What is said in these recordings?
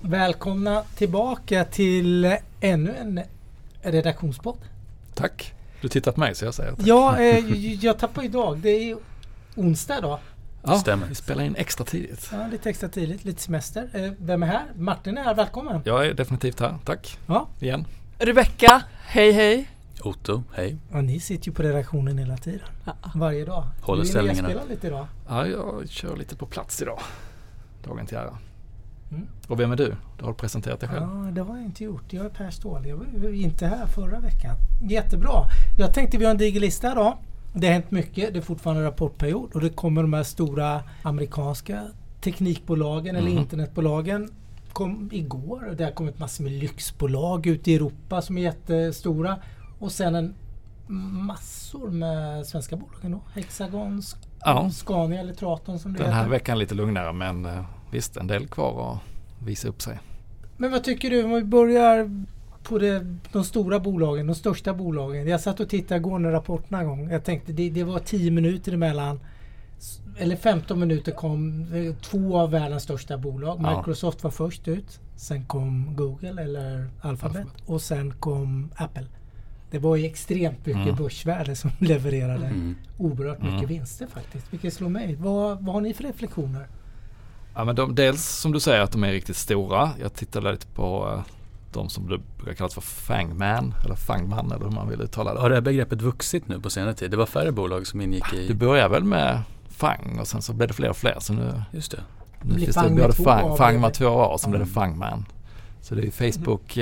Välkomna tillbaka till ännu en redaktionspodd. Tack. Du tittar på mig så jag säger tack. Ja, jag tappar idag. Det är onsdag då. Ja, stämmer. Vi spelar in extra tidigt. Ja, lite extra tidigt. Lite semester. Vem är här? Martin är här. Välkommen. Jag är definitivt här. Tack. Ja. Igen. Rebecka, hej. Otto, hej. Ja, ni sitter ju på redaktionen hela tiden. Ja. Varje dag. Håller ställningarna. Du spelar lite idag. Ja, jag kör lite på plats idag. Dagen till ära. Och vem är du? Du har presenterat dig själv. Ja, det har jag inte gjort. Jag är Per Ståhl. Jag var inte här förra veckan. Jättebra. Jag tänkte vi har en diger lista idag. Det har hänt mycket. Det är fortfarande rapportperiod. Och det kommer de här stora amerikanska teknikbolagen eller internetbolagen. Kom igår. Det har kommit massor med lyxbolag ute i Europa som är jättestora. Och sen massor med svenska bolagen då. Hexagon, Scania eller Traton som det Den här heter. veckan lite lugnare, men visst, en del kvar att visa upp sig. Men vad tycker du om vi börjar på de stora bolagen, de största bolagen? Jag satt och tittade igår när rapporterna en gång. Jag tänkte det var 10 minuter emellan. Eller 15 minuter kom 2 av världens största bolag. Microsoft var först ut. Sen kom Google eller Alphabet. Och sen kom Apple. Det var ju extremt mycket börsvärde som levererade oerhört mycket vinster faktiskt. Vilket slår mig. Vad har ni för reflektioner? Ja, men dels som du säger att de är riktigt stora. Jag tittade lite på de som det brukar kallas för Fangman eller hur man vill uttala det. Har det här begreppet vuxit nu på senare tid? Det var färre bolag som ingick i... Det börjar väl med Fang och sen så blev det fler och fler. Så nu, just det. Nu finns det både Fang med 2 år som blev det Fangman. Så det är Facebook,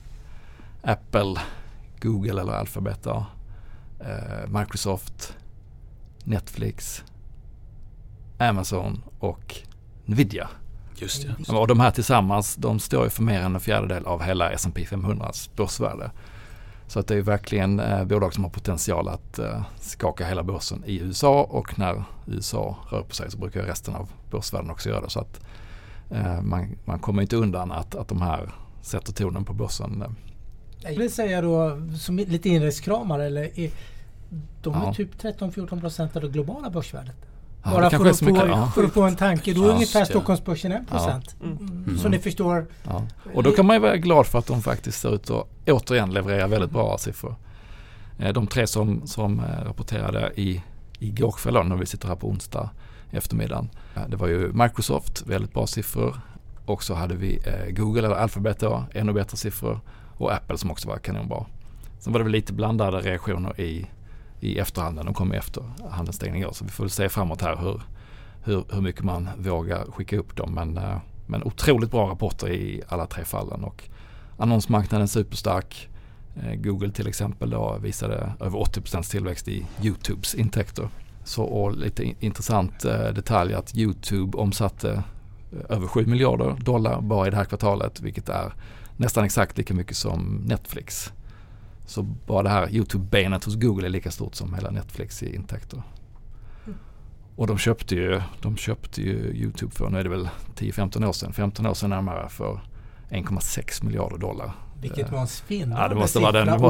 Apple, Google eller Alphabet, Microsoft, Netflix, Amazon och Nvidia. Just det. Och de här tillsammans, de står ju för mer än en fjärdedel av hela S&P 500s börsvärde. Så att det är verkligen bolag som har potential att skaka hela börsen i USA, och när USA rör på sig så brukar resten av börsvärlden också göra det. Så att man kommer inte undan att de här sätter tonen på börsen. Jag vill säga då, som lite inredskramare, eller de är typ 13-14% av det globala börsvärdet. Ja, bara för att få en tanke. Då är ungefär Stockholmsbörsen 1%. Så ni förstår. Ja. Och då kan man ju vara glad för att de faktiskt ser ut att återigen leverera väldigt bra siffror. De 3 som rapporterade igår kväll när vi sitter här på onsdag eftermiddagen. Det var ju Microsoft, väldigt bra siffror. Och så hade vi Google eller Alphabet, ännu bättre siffror. Och Apple som också var kanonbra. Sen var det väl lite blandade reaktioner i efterhanden. De kom efter handelsstängningen. Så vi får se framåt här hur mycket man vågar skicka upp dem. Men otroligt bra rapporter i alla 3 fallen. Och annonsmarknaden är superstark. Google till exempel då visade över 80% tillväxt i YouTubes intäkter. Och lite intressant detalj att YouTube omsatte över $7 miljarder bara i det här kvartalet, vilket är nästan exakt lika mycket som Netflix. Så bara det här YouTube-benet hos Google är lika stort som hela Netflix i intäkter. Och de köpte ju YouTube för, nu är det väl 10-15 år sedan. 15 år sedan närmare för $1,6 miljarder. Vilket var en svindlande siffra. Det måste vara den. Det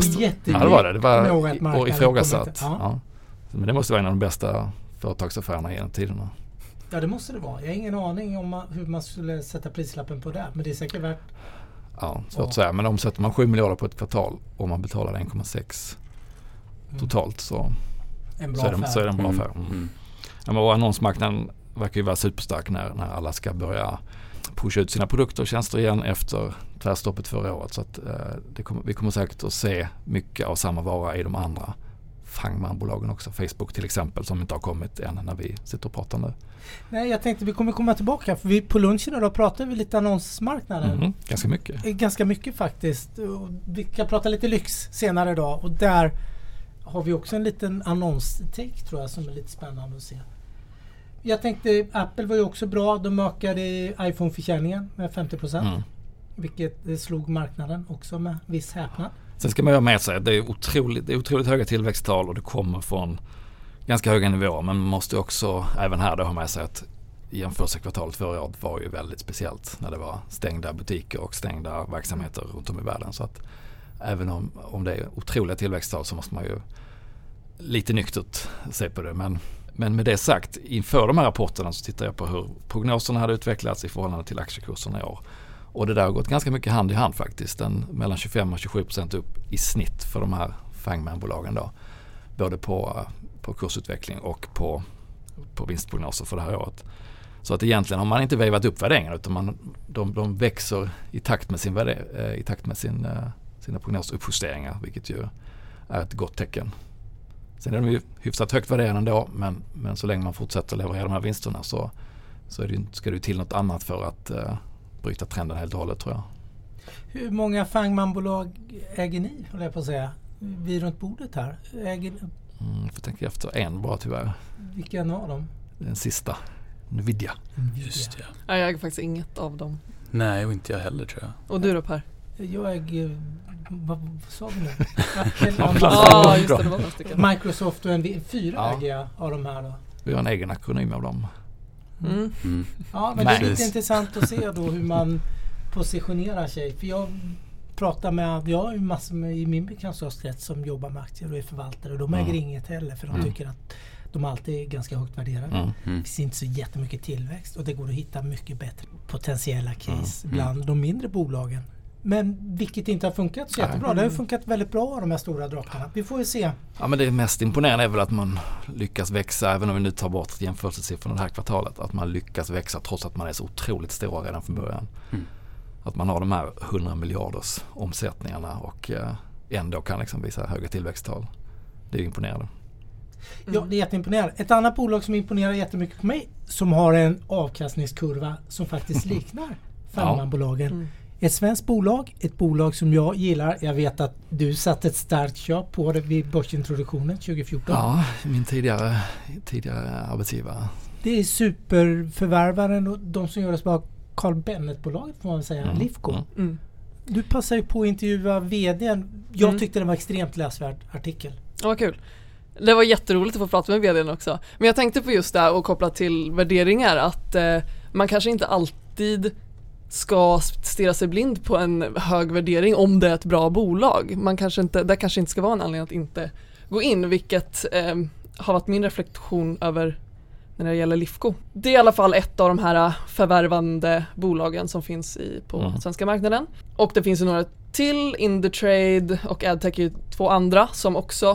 var ifrågasatt. Ja. Men det måste vara en av de bästa företagsaffärerna genom tiderna. Ja, det måste det vara. Jag har ingen aning om hur man skulle sätta prislappen på det. Men det är säkert värt... Ja, svårt att säga. Men omsätter man 7 miljarder på ett kvartal och man betalar 1,6 totalt så är det en bra affär. Ja, och annonsmarknaden verkar ju vara superstark när alla ska börja pusha ut sina produkter och tjänster igen efter tvärstoppet förra året. Så att, vi kommer säkert att se mycket av samma vara i de andra Fangman-bolagen också. Facebook till exempel, som inte har kommit än när vi sitter och pratar nu. Nej, jag tänkte vi kommer komma tillbaka. För vi på lunchen idag pratar vi lite annonsmarknaden. Ganska mycket. Ganska mycket faktiskt. Och vi kan prata lite lyx senare idag. Och där har vi också en liten annonstake tror jag som är lite spännande att se. Jag tänkte Apple var ju också bra. De ökade iPhone-försäljningen med 50%. Vilket slog marknaden också med viss häpnad. Sen ska man göra med sig att det är otroligt höga tillväxttal och det kommer från ganska höga nivåer, men man måste också även här då ha med sig att jämförelsekvartalet förra året var ju väldigt speciellt när det var stängda butiker och stängda verksamheter runt om i världen. Så att även om det är otroliga tillväxttal så måste man ju lite nyktert se på det. Men med det sagt, inför de här rapporterna så tittar jag på hur prognoserna hade utvecklats i förhållande till aktiekurserna i år. Och det där har gått ganska mycket hand i hand faktiskt. Mellan 25 och 27% upp i snitt för de här Fangman-bolagen då. Både på kursutveckling och på vinstprognoser för det här året. Så att egentligen har man inte vävat upp värderingarna utan de växer i takt med sina prognosuppjusteringar, vilket ju är ett gott tecken. Sen är de ju hyfsat högt värderade ändå, men så länge man fortsätter leverera de här vinsterna så ska det till något annat för att bryta trenden helt och hållet, tror jag. Hur många Fangman-bolag äger ni, håller jag på att säga? Vi runt bordet här. Får tänka efter en bara tyvärr. Vilken av dem? Den sista. Nvidia. Just det. Ja, jag äger faktiskt inget av dem. Nej, och inte jag heller, tror jag. Och du då, Per? Jag äger... Vad sa vi nu? Apple, Ja, just det var några stycken. Microsoft och Nvidia. 4 äger jag av de här då. Vi har en egen akronym av dem. Ja, men det är lite intressant att se då hur man positionerar sig. För jag har ju massor i min bekantskapskrets som jobbar med aktier och är förvaltare. De äger inget heller för de tycker att de alltid är ganska högt värderade. Det finns inte så jättemycket tillväxt och det går att hitta mycket bättre potentiella case bland de mindre bolagen. Men vilket inte har funkat så jättebra. Det har funkat väldigt bra de här stora drakarna. Vi får ju se. Ja, men det mest imponerande är väl att man lyckas växa, även om vi nu tar bort jämförelsesiffrorna det här kvartalet, att man lyckas växa trots att man är så otroligt stora redan från början. Att man har de här 100 miljarders omsättningarna och ändå kan liksom visa höga tillväxttal. Det är imponerande. Ja, det är jätteimponerande. Ett annat bolag som imponerar jättemycket på mig, som har en avkastningskurva som faktiskt liknar Fangman-bolagen. Ett svenskt bolag, ett bolag som jag gillar. Jag vet att du satte ett starkt köp på det vid börsintroduktionen 2014. Ja, min tidigare arbetsgivare. Det är superförvärvaren och de som gör det bara Carl Bennet-bolaget får man väl säga, Lifco. Du passar ju på att intervjua vdn. Jag tyckte det var extremt läsvärd artikel. Ja, vad kul. Det var jätteroligt att få prata med vdn också. Men jag tänkte på just det och koppla till värderingar att man kanske inte alltid ska stirra sig blind på en hög värdering om det är ett bra bolag. Det kanske inte ska vara en anledning att inte gå in, vilket har varit min reflektion över när det gäller Lifco. Det är i alla fall ett av de här förvärvande bolagen som finns på svenska marknaden. Och det finns ju några till, Indutrade och Adtech är 2 andra som också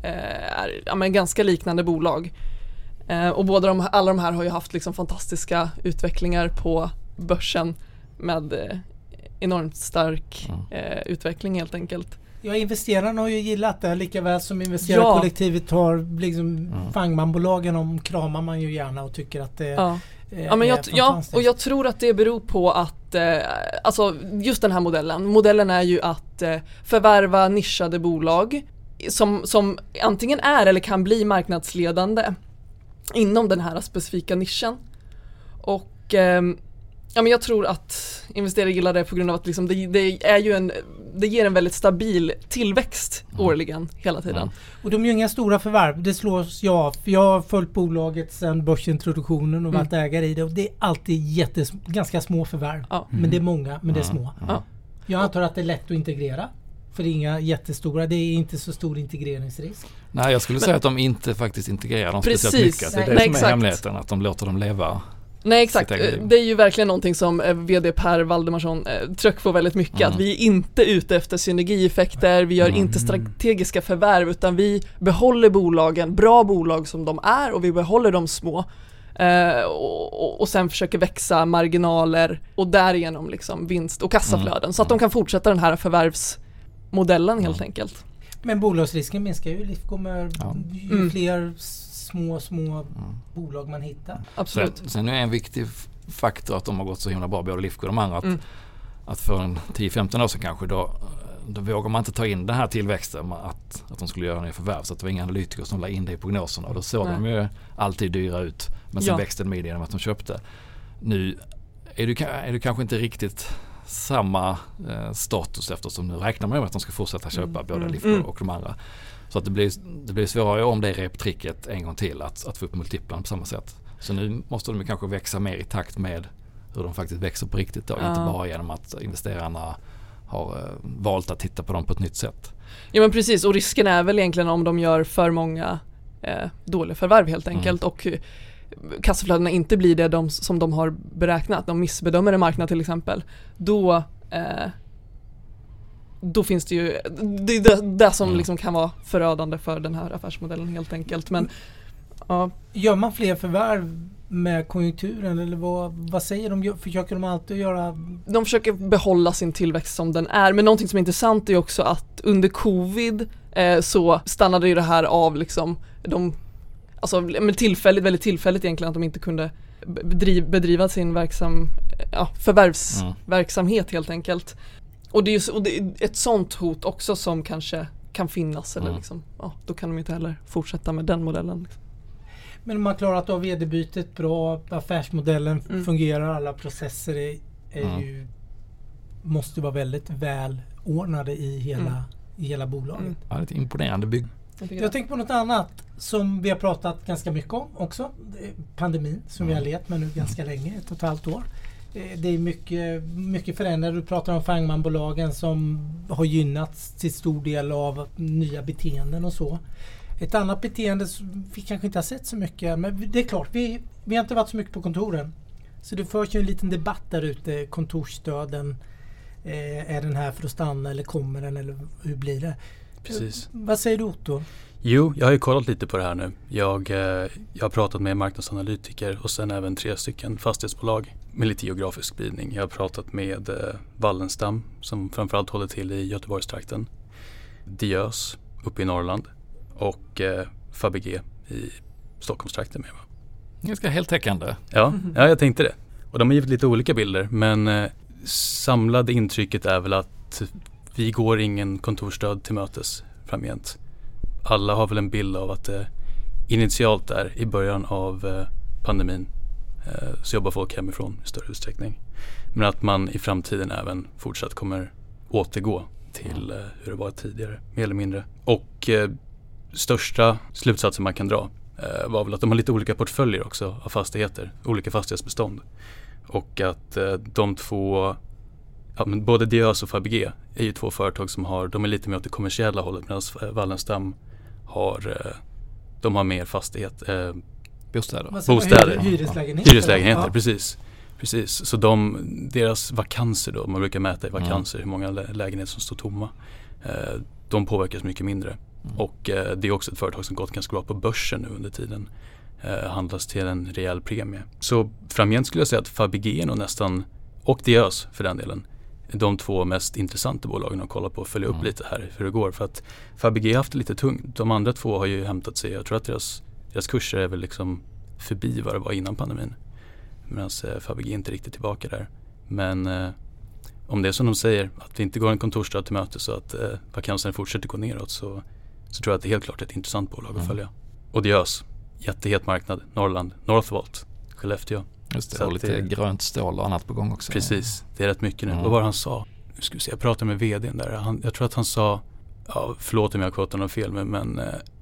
är ganska liknande bolag. Och alla de här har ju haft liksom fantastiska utvecklingar på börsen med enormt stark utveckling helt enkelt. Ja, investerarna har ju gillat det lika väl som investerarkollektivet har liksom Fangman-bolagen om kramar man ju gärna och tycker att det är fantastiskt. Och jag tror att det beror på att alltså just den här modellen är ju att förvärva nischade bolag som antingen är eller kan bli marknadsledande inom den här specifika nischen. Och men jag tror att investerare gillar det på grund av att liksom det ger en väldigt stabil tillväxt årligen hela tiden. Och de är ju inga stora förvärv. Det slås jag har följt bolaget sedan börsintroduktionen och varit ägare i det. Och det är alltid ganska små förvärv. Men det är många, men det är små. Jag antar att det är lätt att integrera. För det är inga jättestora, det är inte så stor integreringsrisk. Nej, jag skulle säga att de inte faktiskt integrerar dem speciellt mycket. Det är det som är hemligheten, att de låter dem leva. Nej, exakt. Det är ju verkligen någonting som vd Per Valdemarsson tryck på väldigt mycket. Att vi är inte ute efter synergieffekter, vi gör inte strategiska förvärv, utan vi behåller bolagen, bra bolag som de är, och vi behåller de små. Och sen försöker växa marginaler och därigenom liksom vinst och kassaflöden. Så att de kan fortsätta den här förvärvsmodellen helt enkelt. Men bolagsrisken minskar ju Lifco med ju fler små bolag man hittar. Absolut. Sen är en viktig faktor att de har gått så himla bra, både Lifco och de andra, att för 10-15 år sedan kanske då vågar man inte ta in den här tillväxten, att de skulle göra en förvärv, så att det var inga analytiker som la in det i prognoserna, och då såg de ju alltid dyra ut, men sen växte den med genom att de köpte. Nu är det kanske inte riktigt samma status, eftersom nu räknar man med att de ska fortsätta köpa både Lifco och de andra. Så att det blir svårare om det är reptricket en gång till att få upp multiplarna på samma sätt. Så nu måste de kanske växa mer i takt med hur de faktiskt växer på riktigt då, inte bara genom att investerarna har valt att titta på dem på ett nytt sätt. Ja, men precis, och risken är väl egentligen om de gör för många dåliga förvärv helt enkelt. Och kassaflödena inte blir det som de har beräknat, de missbedömer en marknad till exempel, då finns det ju det är det som liksom kan vara förödande för den här affärsmodellen helt enkelt. Men ja. Gör man fler förvärv med konjunkturen eller vad säger de? Försöker de alltid göra? De försöker behålla sin tillväxt som den är, men någonting som är intressant är också att under covid så stannade ju det här av liksom väldigt tillfälligt egentligen, att de inte kunde bedriva sin förvärvsverksamhet helt enkelt. Och det är ett sånt hot också som kanske kan finnas eller liksom, då kan de inte heller fortsätta med den modellen liksom. Men om man klarat av vd-bytet bra, affärsmodellen fungerar, alla processer måste vara väldigt väl ordnade i hela bolaget. Ja, det är imponerande bygg. Jag tänker på något annat som vi har pratat ganska mycket om också. Pandemin som vi har levt med nu ganska länge, 1,5 år. Det är mycket förändringar. Du pratar om Fangman-bolagen som har gynnats till stor del av nya beteenden och så. Ett annat beteende som vi kanske inte har sett så mycket, men det är klart, vi har inte varit så mycket på kontoren. Så det förs ju en liten debatt där ute, kontorsstöden, är den här för att stanna eller kommer den eller hur blir det? Precis. Vad säger du, Otto? Jo, jag har ju kollat lite på det här nu. Jag har pratat med marknadsanalytiker och sen även 3 stycken fastighetsbolag med lite geografisk spridning. Jag har pratat med Wallenstam som framförallt håller till i Göteborgstrakten, Diös uppe i Norrland och Fabege i Stockholmstrakten med. Ganska heltäckande. Ja, jag tänkte det. Och de har givit lite olika bilder, men samlade intrycket är väl att vi går ingen kontorsstöd till mötes framgent. Alla har väl en bild av att initialt där i början av pandemin så jobbar folk hemifrån i större utsträckning. Men att man i framtiden även fortsatt kommer återgå till hur det var tidigare, mer eller mindre. Och största slutsatsen man kan dra var väl att de har lite olika portföljer också av fastigheter, olika fastighetsbestånd. Och att de två, men både Diös och Fabege är ju 2 företag som de är lite mer åt det kommersiella hållet, medan Wallenstam de har mer bostäder. Hyreslägenheter, precis. Så deras vakanser då, man brukar mäta i vakanser hur många lägenheter som står tomma, de påverkas mycket mindre. Och det är också ett företag som gått ganska bra på börsen nu under tiden, handlas till en rejäl premie. Så framgent skulle jag säga att Fabege är nog nästan, och Diös för den delen, de 2 mest intressanta bolagen att kolla på och följa upp lite här hur det går. För att Fabege har haft det lite tungt. De andra 2 har ju hämtat sig. Jag tror att deras kurser är väl liksom förbi vad det var innan pandemin. Medan Fabege är inte riktigt tillbaka där. Men om det är som de säger, att vi inte går en kontorsstöd till möte så att vakansen fortsätter gå neråt, så tror jag att det är helt klart ett intressant bolag att följa. Och Diös, jättehet marknad, Norrland, Northvolt, Skellefteå. Just det, och lite grönt stål och annat på gång också. Precis, det är rätt mycket nu. Vad var det han sa? Nu ska vi se, jag pratade med vdn där. Jag tror att han sa, förlåt om jag kvotar något fel, men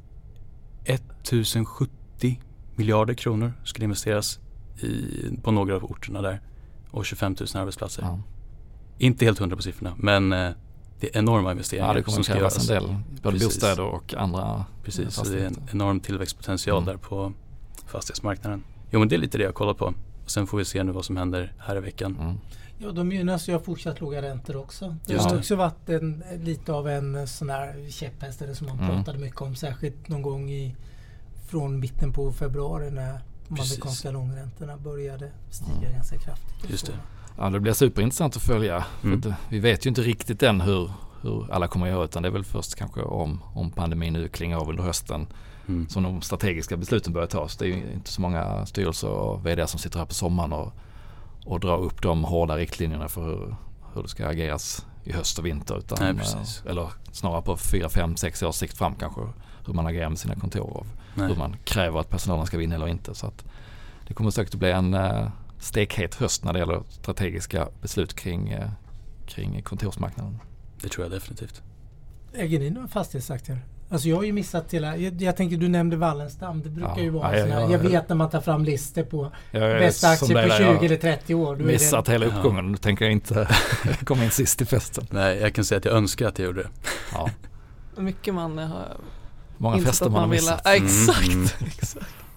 1070 miljarder kronor skulle investeras på några av orterna där. Och 25 000 arbetsplatser. Ja. Inte helt 100 på siffrorna, men det är enorma investeringar. Ja, det kommer att krävas en del. Både bostäder och andra. Precis, så det är en enorm tillväxtpotential där på fastighetsmarknaden. Jo, men det är lite det jag kollar på. Och sen får vi se nu vad som händer här i veckan. Ja, de gynnas ju av fortsatt låga räntor också. Det har också varit lite av en sån här käpphäst som man pratade mycket om, särskilt någon gång från mitten på februari när de amerikanska långräntorna började stiga ganska kraftigt. Just det. Ja, det blir superintressant att följa. För vi vet ju inte riktigt än hur alla kommer att göra, utan det är väl först kanske om pandemin nu klingar av under hösten som de strategiska besluten börjar tas. Det är ju inte så många styrelser och vd som sitter här på sommaren och drar upp de hårda riktlinjerna för hur det ska ageras i höst och vinter, utan, eller snarare på 4, 5, 6 års sikt fram kanske, hur man agerar med sina kontor och hur man kräver att personalen ska vinna eller inte. Så att det kommer säkert att bli en stekhet höst när det gäller strategiska beslut kring kontorsmarknaden. Det tror jag definitivt. Äger ni några fastighetsaktier? Alltså jag har ju missat hela, jag tänker du nämnde Wallenstam, det brukar ju vara jag vet när man tar fram listor på bästa aktier på 20 eller 30 år. Du missat hela uppgången, nu tänker jag inte komma in sist i festen. Nej, jag kan säga att jag önskar att jag gjorde det. Mycket man har många fester man har missat. Exakt.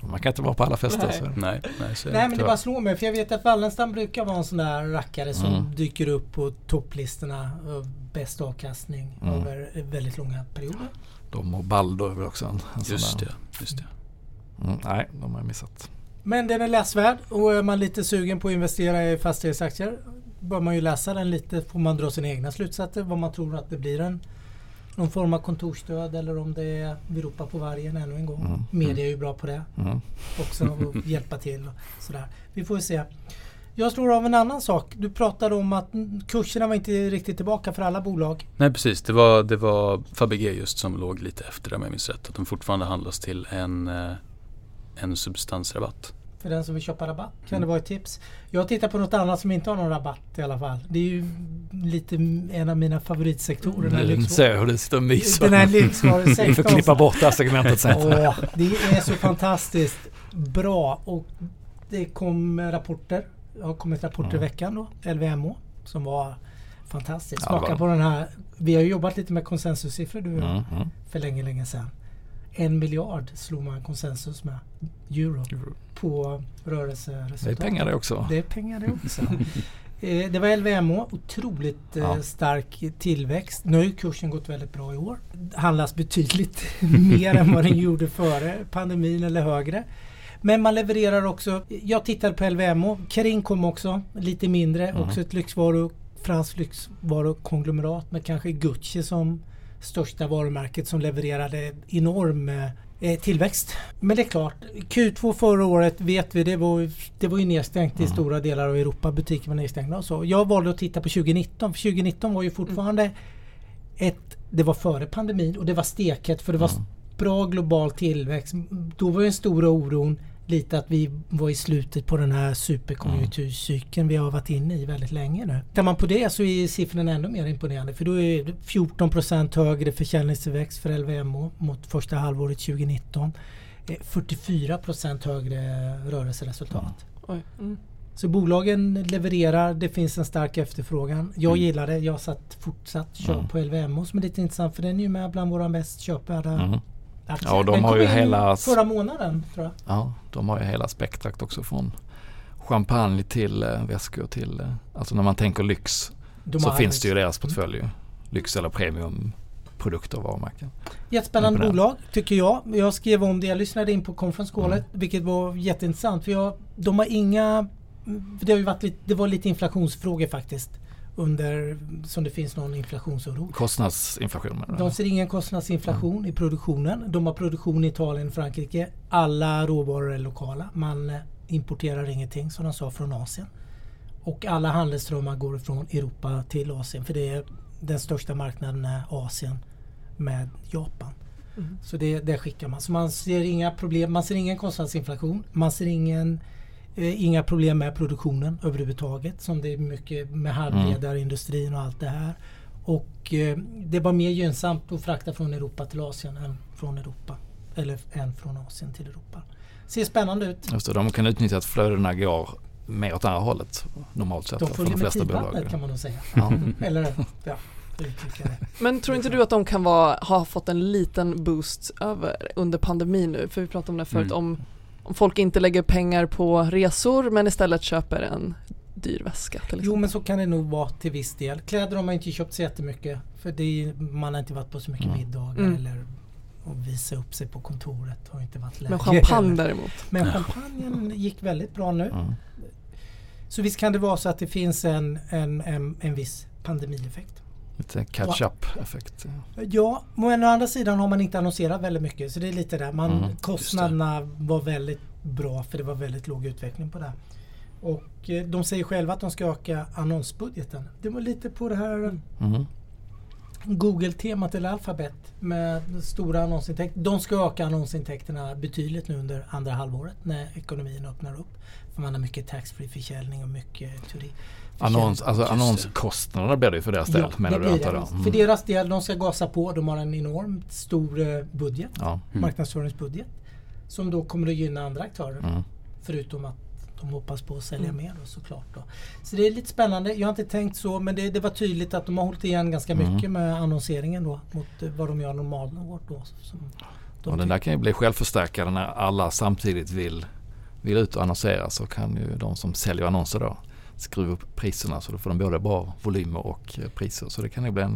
Man kan inte vara på alla fester. Nej. Så. Nej, Men det bara slår mig, för jag vet att Wallenstam brukar vara en sån där rackare som dyker upp på topplistorna av bäst avkastning över väldigt långa perioder. De och Balder är väl också en Just sån där. det. Nej, de har jag missat. Men den är läsvärd, och är man lite sugen på att investera i fastighetsaktier bör man ju läsa den lite, får man dra sina egna slutsatser vad man tror att det blir någon form av kontorsstöd, eller om det är vi ropar på vargen ännu en gång. Media är ju bra på det också, och hjälpa till och sådär. Vi får se. Jag slår av en annan sak. Du pratade om att kurserna var inte riktigt tillbaka för alla bolag. Nej, precis. Det var Fabege just som låg lite efter, om jag minns rätt. Att de fortfarande handlas till en substansrabatt. För den som vill köpa rabatt kan det vara ett tips. Jag tittar på något annat som inte har någon rabatt i alla fall. Det är ju lite en av mina favoritsektorer. Du ser hur det sitter och myser. Den här lyxvarusektorn. Vi får klippa bort det här segmentet sen. Det är så fantastiskt bra, och det kom rapporter. Det har kommit rapporter i veckan då. LVMH som var fantastiskt. Smaka på den här. Vi har ju jobbat lite med konsensussiffror du för länge sedan. 1 miljard slog man konsensus med euro på rörelseresultat. Det är pengar det också. Det är pengar det också. Det var LVMH, otroligt stark tillväxt. Nu har ju kursen gått väldigt bra i år. Handlas betydligt mer än vad den gjorde före pandemin, eller högre. Men man levererar också, jag tittade på LVMH, Kering kom också, lite mindre, också ett fransk lyxvarukonglomerat med kanske Gucci som största varumärket som levererade enorm tillväxt. Men det är klart, Q2 förra året vet vi, det var ju nedstängt i stora delar av Europa, butiker var nedstängda och så. Jag valde att titta på 2019, för 2019 var ju fortfarande det var före pandemin, och det var steket, för det var bra global tillväxt. Då var ju den stora oron lite att vi var i slutet på den här superkonjunkturcykeln vi har varit inne i väldigt länge nu. Tittar man på det så är siffrorna ändå mer imponerande, för då är det 14% högre försäljningstillväxt för LVMH mot första halvåret 2019. 44% högre rörelseresultat. Så bolagen levererar, det finns en stark efterfrågan. Jag gillar det, jag fortsatt köp på LVMH som är lite intressant, för den är ju med bland våra mest köpvärda. Ja, de har ju hela förra månaden, tror jag. Ja, de har ju hela spektrat också, från champagne till väskor till, alltså när man tänker lyx så finns det ju deras portfölj, lyx eller premiumprodukter och varumärken. Jättespännande bolag tycker jag. Jag skrev om det, jag lyssnade in på conference callet, vilket var jätteintressant, för de har inga, det var lite inflationsfrågor faktiskt. Som det finns någon inflationsoro. Kostnadsinflation. De ser ingen kostnadsinflation i produktionen. De har produktion i Italien och Frankrike. Alla råvaror är lokala. Man importerar ingenting, som de sa, från Asien. Och alla handelsströmmar går från Europa till Asien. För det är den största marknaden är Asien med Japan. Så det skickar man. Så man ser inga problem. Man ser ingen kostnadsinflation. Man ser inga problem med produktionen överhuvudtaget, som det är mycket med halvledarindustrin och allt det här. Och det var mer gynnsamt att frakta från Europa till Asien än från Europa, eller än från Asien till Europa. Ser spännande ut. Just det, de kan utnyttja att flödena går mer åt andra hållet normalt sett. De följer de flesta bolag, kan man nog säga. Eller Men tror inte du att de kan ha fått en liten boost under pandemin nu? För vi pratade om det förut, om folk inte lägger pengar på resor men istället köper en dyr väska. Jo, men så kan det nog vara till viss del. Kläder har man inte köpt så jättemycket, för man har inte varit på så mycket middagar eller att visa upp sig på kontoret har inte varit läge. Men champagne däremot. Men champagnen gick väldigt bra nu. Så visst kan det vara så att det finns en viss pandemieffekt. Lite catch-up-effekt. Ja, men å andra sidan har man inte annonserat väldigt mycket, så det är lite där. Kostnaderna var väldigt bra, för det var väldigt låg utveckling på det. Och de säger själva att de ska öka annonsbudgeten. Det var lite på det här Google-temat eller Alphabet med stora annonsintäkter. De ska öka annonsintäkterna betydligt nu under andra halvåret när ekonomin öppnar upp. För man har mycket tax-free försäljning och mycket turism. Annonskostnaderna blir det ju för deras del. Ja, det blir det. För deras del, de ska gasa på. De har en enormt stor budget, marknadsföringsbudget, som då kommer att gynna andra aktörer. Förutom att de hoppas på att sälja mer då, såklart. Då. Så det är lite spännande. Jag har inte tänkt så, men det var tydligt att de har hållit igen ganska mycket med annonseringen då, mot vad de gör normalt år då. Och den där kan ju bli självförstärkande när alla samtidigt vill ut och annonsera, så kan ju de som säljer annonser då skruva upp priserna så då får de både bra volymer och priser. Så det kan ju bli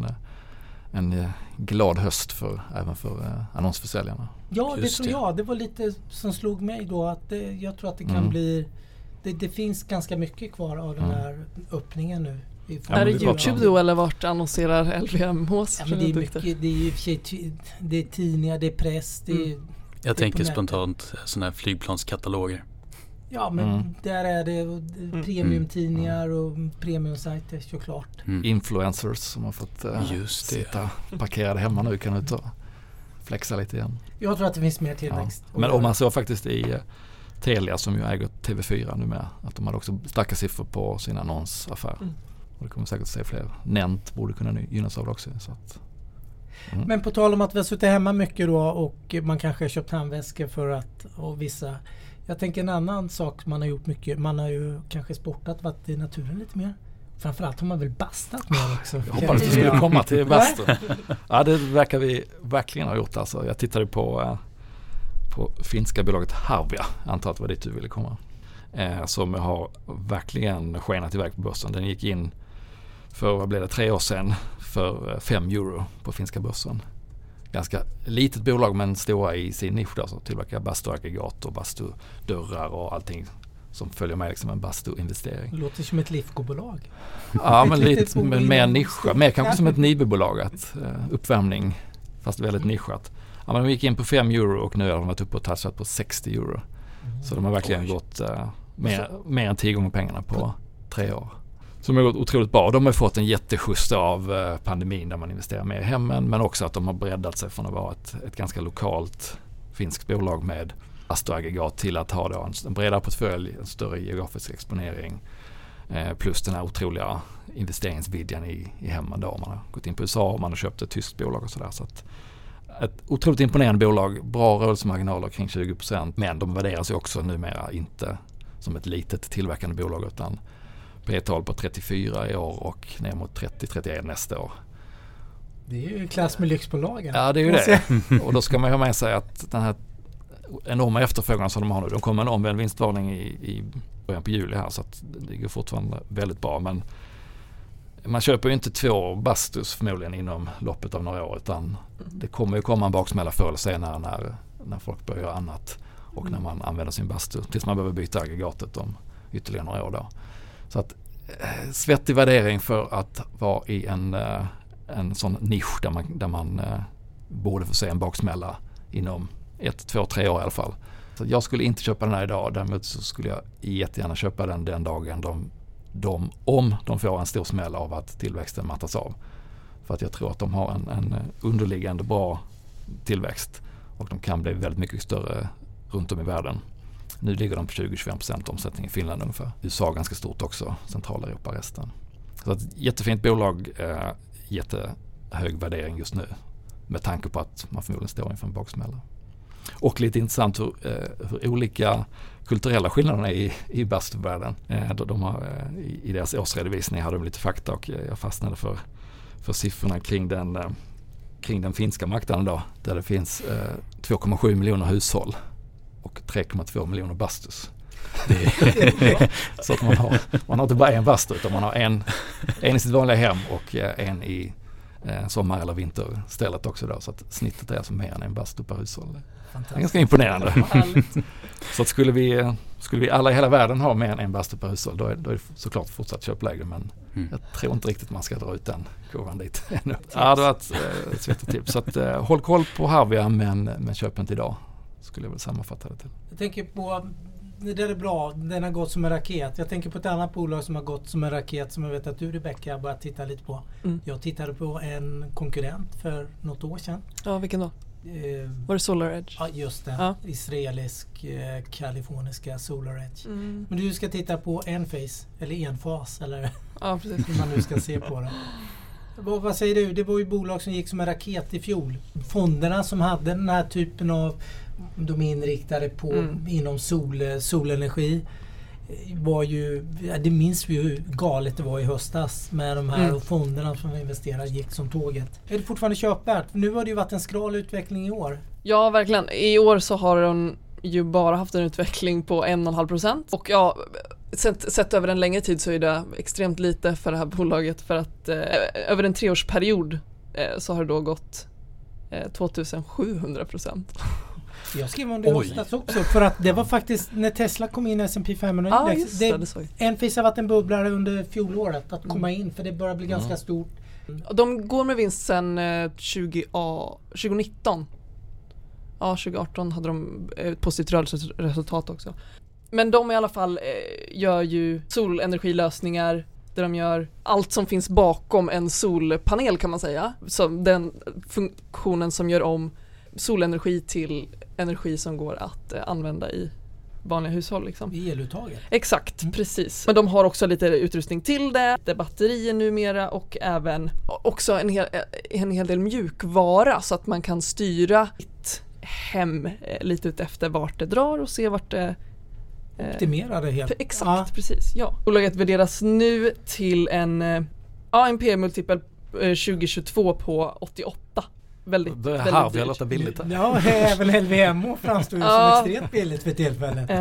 en glad höst även för annonsförsäljarna. Ja, det tror jag. Det var lite som slog mig då att jag tror att det kan bli... Det finns ganska mycket kvar av den här öppningen nu. Är det YouTube då eller vart annonserar LVMHs? Ja, men det är mycket, det är ju det är tidningar, det är press, Jag tänker spontant sådana här flygplanskataloger. Ja, men där är det premiumtidningar och premiumsajter såklart. Influencers som har fått sitta parkerade hemma nu kan ut och flexa lite igen. Jag tror att det finns mer tillväxt. Ja. Men om man såg faktiskt i Telia som ju äger TV4 nu med, att de hade också starka siffror på sin annonsaffär. Och det kommer säkert att se fler. Nent borde kunna gynnas av det också. Så att, Men på tal om att vi har suttit hemma mycket då och man kanske har köpt handväskor för att, och vissa... Jag tänker en annan sak man har gjort mycket. Man har ju kanske sportat, varit i naturen lite mer. Framförallt har man väl bastat mer också. Jag hoppas att vi skulle komma till bastun. Ja, det verkar vi verkligen ha gjort. Alltså. Jag tittade på finska bolaget Harvia. Jag antar att det var dit du ville komma. Som har verkligen skenat iväg på börsen. Den gick in för 3 år sedan för 5 euro på finska börsen. Ganska litet bolag men stora i sin nisch där, så tillverkar bastuaggregat och bastudörrar och allting som följer med liksom en bastuinvestering. Det låter som ett Lifco-bolag. Ja, men lite mer nischat. Mer kanske som ett Nibe-bolag, uppvärmning fast väldigt nischat. Ja, men de gick in på 5 euro och nu har de varit uppe och touchat på 60 euro. Så de har verkligen gått mer än 10 gånger pengarna på 3 år. Som har gått otroligt bra. De har fått en jätteskjuts av pandemin där man investerar mer i hemmen, men också att de har breddat sig från att vara ett ganska lokalt finskt bolag med bastuaggregat till att ha då en bredare portfölj, en större geografisk exponering, plus den här otroliga investeringsvidjan i hemmen då. Man har gått in på USA och man har köpt ett tyskt bolag och sådär. Så att ett otroligt imponerande bolag, bra rörelsemarginaler kring 20%, men de värderas ju också numera inte som ett litet tillverkande bolag utan P-tal på 34 i år och ner mot 30-31 nästa år. Det är ju klass med lyxbolagen. Ja, det är ju det. Och då ska man ju ha med sig att den här enorma efterfrågan som de har nu, de kommer en omvänd vinstvarning i början på juli här, så att det går fortfarande väldigt bra. Men man köper ju inte 2 bastus förmodligen inom loppet av några år, utan det kommer ju komma en baksmälla förr eller senare när folk börjar göra annat och när man använder sin bastu tills man behöver byta aggregatet om ytterligare några år då. Så att svettig värdering för att vara i en sån nisch där man borde få se en baksmälla inom 1, 2, 3 år i alla fall. Så jag skulle inte köpa den här idag, däremot så skulle jag jättegärna köpa den dagen om de får en stor smäll av att tillväxten mattas av. För att jag tror att de har en underliggande bra tillväxt och de kan bli väldigt mycket större runt om i världen. Nu ligger de på 20-25% omsättning i Finland ungefär. USA ganska stort också, Centraleuropa resten. Så ett jättefint bolag, jättehög värdering just nu med tanke på att man förmodligen står inför en baksmälla. Och lite intressant hur olika kulturella skillnaderna är i bastuvärlden. De har, i deras årsredovisning hade de lite fakta och jag fastnade för siffrorna kring den finska marknaden då, där det finns 2,7 miljoner hushåll och 3,2 miljoner bastus. Så att man har inte bara en bastu utan man har en i sitt vanliga hem och en i sommar- eller vinterstället också då, så att snittet är alltså mer än en bastu per hushåll. Det är ganska imponerande. Så att skulle vi alla i hela världen ha mer än en bastu per hushåll, då är det såklart fortsatt köpläge, men jag tror inte riktigt man ska dra ut den kurvan dit ännu. Ja, det var ett svettigt tips. Så att håll koll på Harvia, men köp inte idag, skulle jag väl sammanfatta det till. Jag tänker på, det där är bra, den har gått som en raket. Jag tänker på ett annat bolag som har gått som en raket som jag vet att du, Rebecca, har börjat titta lite på. Jag tittade på en konkurrent för något år sedan. Ja, vilken då? Var det SolarEdge? Ja, just det. Ja. Israelisk, kaliforniska SolarEdge. Men du ska titta på Enphase, eller Enfas, eller hur man nu ska se på det. Vad säger du? Det var ju bolag som gick som en raket i fjol. Fonderna som hade den här typen av, de är inriktade på inom solenergi, var ju, det minns vi hur galet det var i höstas med de här och fonderna som investerade gick som tåget. Är det fortfarande köpvärt? Nu har det ju varit en skral utveckling i år. Ja, verkligen. I år så har de ju bara haft en utveckling på 1,5%. Och ja, sett över en längre tid så är det extremt lite för det här bolaget, för att över en 3-årsperiod så har det då gått 2700%. Jag skrev om det också, för att det var faktiskt när Tesla kom in i S&P 500 index. Enphase har varit en bubblare under fjolåret att komma in, för det börjar bli ganska stort. De går med vinst sedan 2019. Ja, 2018 hade de ett positivt rörelseresultat också. Men de i alla fall gör ju solenergilösningar där de gör allt som finns bakom en solpanel, kan man säga. Så den funktionen som gör om solenergi till energi som går att använda i vanliga hushåll. Liksom. I eluttaget. Exakt, precis. Men de har också lite utrustning till det. Det är batterier numera och även också en hel del mjukvara så att man kan styra sitt hem lite ut efter vart det drar och se vart det optimera det helt. Exakt, precis. Ja. Bolaget värderas nu till en P/multipel 2022 på 88. Väldigt låter billigt. Ja, även LVMH framstår ju som extremt billigt för tillfället.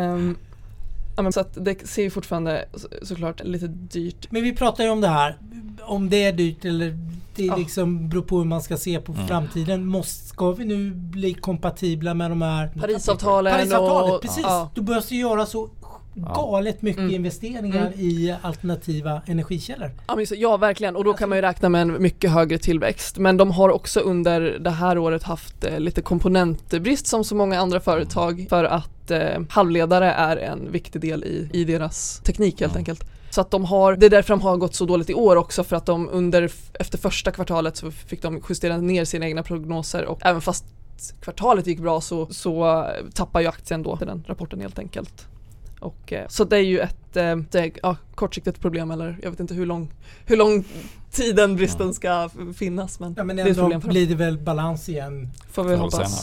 Så att det ser ju fortfarande såklart lite dyrt. Men vi pratar ju om det här. Om det är dyrt eller det liksom beror på hur man ska se på framtiden. Ska vi nu bli kompatibla med de här Parisavtalet, precis. Du börjar ju göra så galet mycket investeringar i alternativa energikällor. Ja, verkligen. Och då kan man ju räkna med en mycket högre tillväxt. Men de har också under det här året haft lite komponentbrist som så många andra företag, för att halvledare är en viktig del i deras teknik helt enkelt. Så att det är därför de har gått så dåligt i år också, för att de efter första kvartalet så fick de justera ner sina egna prognoser, och även fast kvartalet gick bra så tappar ju aktien då till den rapporten helt enkelt. Och, så det är ju ett kortsiktigt problem, eller jag vet inte hur lång tid den bristen ska finnas, men men det är ett problem blir det väl balans igen. Får vi hoppas.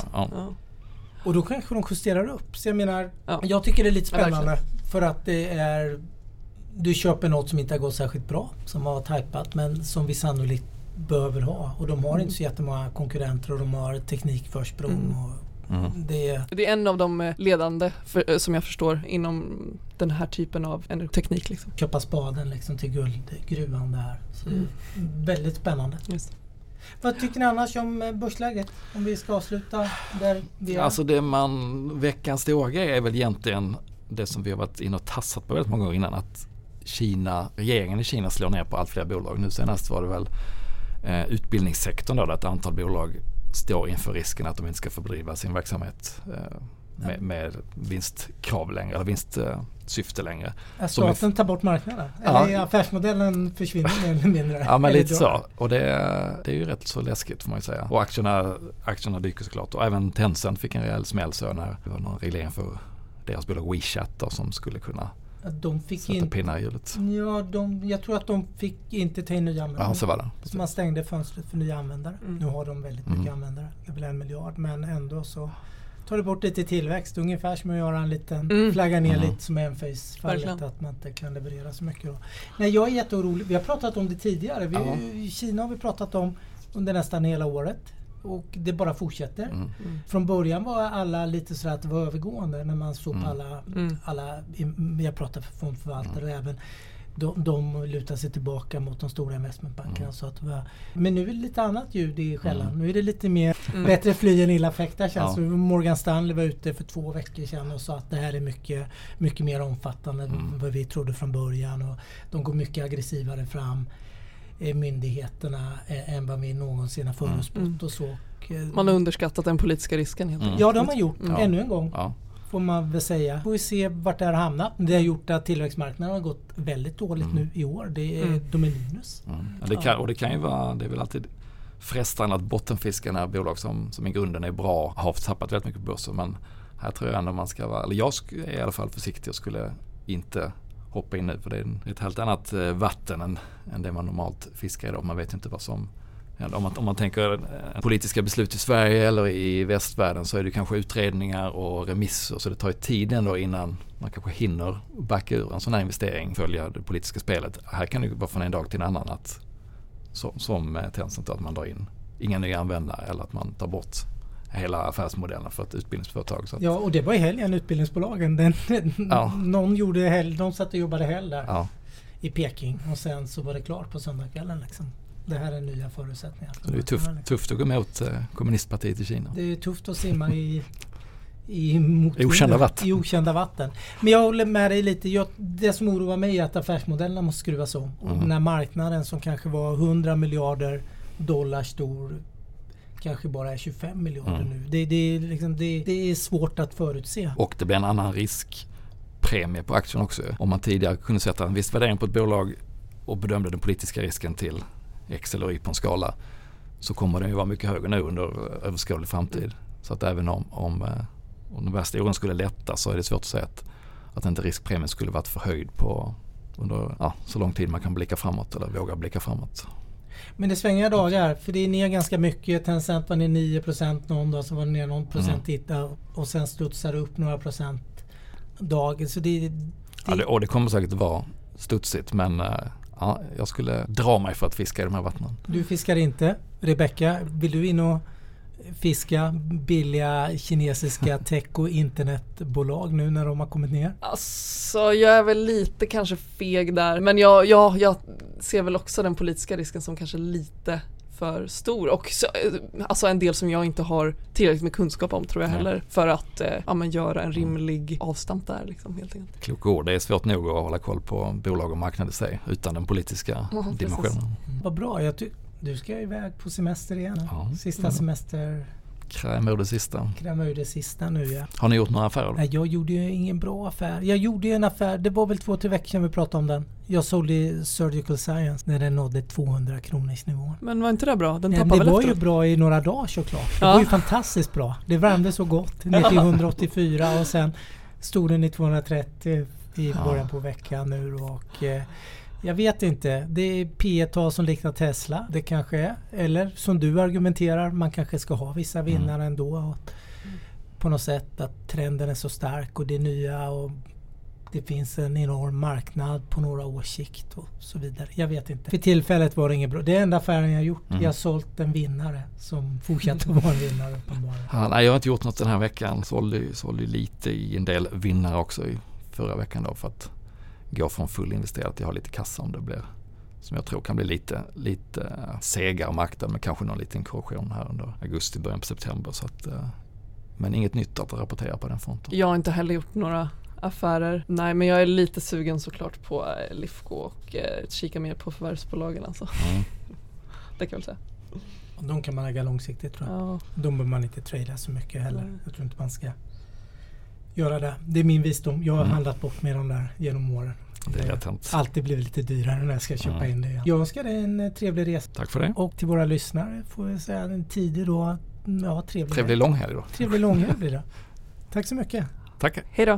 Och då kanske de justerar upp. Så jag menar, jag tycker det är lite spännande för att det är, du köper något som inte har gått särskilt bra, som har tajpat, men som vi sannolikt behöver ha. Och de har inte så jättemånga konkurrenter och de har teknikförsprång och det är en av de ledande som jag förstår inom den här typen av teknik. Liksom. Köpa spaden liksom till guldgruvan där. Så väldigt spännande. Just. Vad tycker ni annars om börsläget? Om vi ska avsluta där vi är. Alltså veckans stora grej är väl egentligen det som vi har varit inne och tassat på väldigt många gånger innan, att regeringen i Kina slår ner på allt fler bolag. Nu senast var det väl utbildningssektorn där ett antal bolag står inför risken att de inte ska få bedriva sin verksamhet med vinstkrav längre, eller vinstsyfte längre. Staten tar bort marknaden? Eller affärsmodellen försvinner mer eller mindre? Ja, men lite så. Och det är ju rätt så läskigt, får man ju säga. Och aktierna dyker såklart. Och även Tencent fick en rejäl smäll så när det var någon reglering för deras bolag WeChat då, som skulle kunna de fick sätta pinnar i hjulet. Ja, jag tror att de fick inte ta in nya användare. Ja, så var det. Så man stängde fönstret för nya användare. Nu har de väldigt mycket användare. Det är väl 1 miljard. Men ändå så tar det bort lite tillväxt. Ungefär som att göra en liten flagga ner lite som Enphase-fallet. Att man inte kan leverera så mycket då. Nej, jag är jätteorolig. Vi har pratat om det tidigare. I Kina har vi pratat om under nästan hela året. Och det bara fortsätter. Från början var alla lite så att det var övergående när man såg på alla jag pratar för fondförvaltare även de lutar sig tillbaka mot de stora investmentbankerna. Så att men nu är det lite annat ljud i skällan. Nu är det lite mer bättre fly än illa fäktar känns. Så Morgan Stanley var ute för 2 veckor sedan och sa att det här är mycket, mycket mer omfattande än vad vi trodde från början. Och de går mycket aggressivare fram, myndigheterna, än vad vi någonsin har förutspått och så. Man har underskattat den politiska risken helt enkelt. Ja, det har man gjort ännu en gång. Får man väl säga. Får vi se vart det har hamnat. Det har gjort att tillväxtmarknaden har gått väldigt dåligt nu i år. De är minus. Det kan ju vara, det är väl alltid frestande att bottenfiska när bolag som i grunden är bra har tappat väldigt mycket på börsen. Men här tror jag ändå man ska vara, eller jag är i alla fall försiktig och skulle inte hoppa in nu, för det är ett helt annat vatten än det man normalt fiskar idag. Man vet inte vad som händer. Om man tänker politiska beslut i Sverige eller i västvärlden, så är det kanske utredningar och remisser, så det tar ju tid ändå innan man kanske hinner backa ur en sån här investering, följa det politiska spelet. Här kan det ju vara från en dag till en annan att som Tencent att man drar in inga nya användare eller att man tar bort hela affärsmodellen för ett utbildningsföretag. Så att, Ja, och det var i helgen utbildningsbolagen. De satt och jobbade helg där i Peking och sen så var det klart på söndagskvällen liksom. Det här är nya förutsättningar. Så det är tufft att gå emot kommunistpartiet i Kina. Det är tufft att simma i okända vatten. Men jag håller med dig lite. Det som oroar mig är att affärsmodellerna måste skruvas om. Och den här marknaden som kanske var 100 miljarder dollar stor kanske bara är 25 miljarder nu. Det är svårt att förutse. Och det blir en annan riskpremie på aktien också. Om man tidigare kunde sätta en viss värdering på ett bolag och bedömde den politiska risken till X eller Y på en skala, så kommer den ju vara mycket högre nu under överskådlig framtid. Så att även om den värsta oron skulle lätta, så är det svårt att säga att inte riskpremien skulle varit förhöjd på under så lång tid man kan blicka framåt eller våga blicka framåt. Men det svänger dagar, för det är ner ganska mycket. Tencent var ner 9% någon dag, så var det ner någon procent och sen studsar det upp några procent dagen. Så och det kommer säkert att vara studsigt, men jag skulle dra mig för att fiska i de här vattnen. Du fiskar inte. Rebecka, vill du in och fiska billiga kinesiska tech- och internetbolag nu när de har kommit ner? Alltså, jag är väl lite kanske feg där. Men jag ser väl också den politiska risken som kanske lite för stor. Och alltså en del som jag inte har tillräckligt med kunskap om, tror jag heller. För att göra en rimlig avstamp där liksom, helt enkelt. Kloka ord. Det är svårt nog att hålla koll på bolag och marknad i sig utan den politiska dimensionen. Vad bra. Du ska iväg på semester igen. Sista semester. Kräma ur det sista nu, ja. Har ni gjort några affärer då? Nej, jag gjorde ju ingen bra affär. Jag gjorde en affär, det var väl 2-3 veckor sedan vi pratade om den. Jag sålde Surgical Science när den nådde 200 kronors nivå. Men var inte det bra? Den tappade väl det var efteråt. ju bra i några dagar såklart. Det var ju fantastiskt bra. Det värmde så gott ner till 184 och sen stod den i 230 i början på veckan nu och jag vet inte. Det är P/E-tal som liknar Tesla. Det kanske är. Eller som du argumenterar, man kanske ska ha vissa vinnare ändå. Och på något sätt att trenden är så stark och det är nya och det finns en enorm marknad på några års sikt och så vidare. Jag vet inte. För tillfället var det inget bra. Det är enda affären jag har gjort. Jag har sålt en vinnare som fortsätter att vara en vinnare uppenbarligen. Nej, jag har inte gjort något den här veckan. Sålde lite i en del vinnare också i förra veckan då, för att gå från full investerat till att ha lite kassa om det blir, som jag tror kan bli lite segare marknad, men kanske någon liten korrektion här under augusti, början på september. Så att, men inget nytt att rapportera på den fronten. Jag har inte heller gjort några affärer. Nej, men jag är lite sugen såklart på Lifco och kika mer på förvärvsbolagen alltså. Det kan jag väl säga. De kan man äga långsiktigt, tror jag. Ja. De behöver man inte trada så mycket heller. Jag tror inte man ska göra det. Det är min visdom. Jag har handlat bort med dem där genom åren. Det är rätt. Alltid blivit lite dyrare när jag ska köpa in det igen. Jag önskar dig en trevlig resa. Tack för det. Och till våra lyssnare får jag säga en tidig då. Ja, trevlig långhelg då. Trevlig långhelg blir det. Tack så mycket. Tack. Hej då.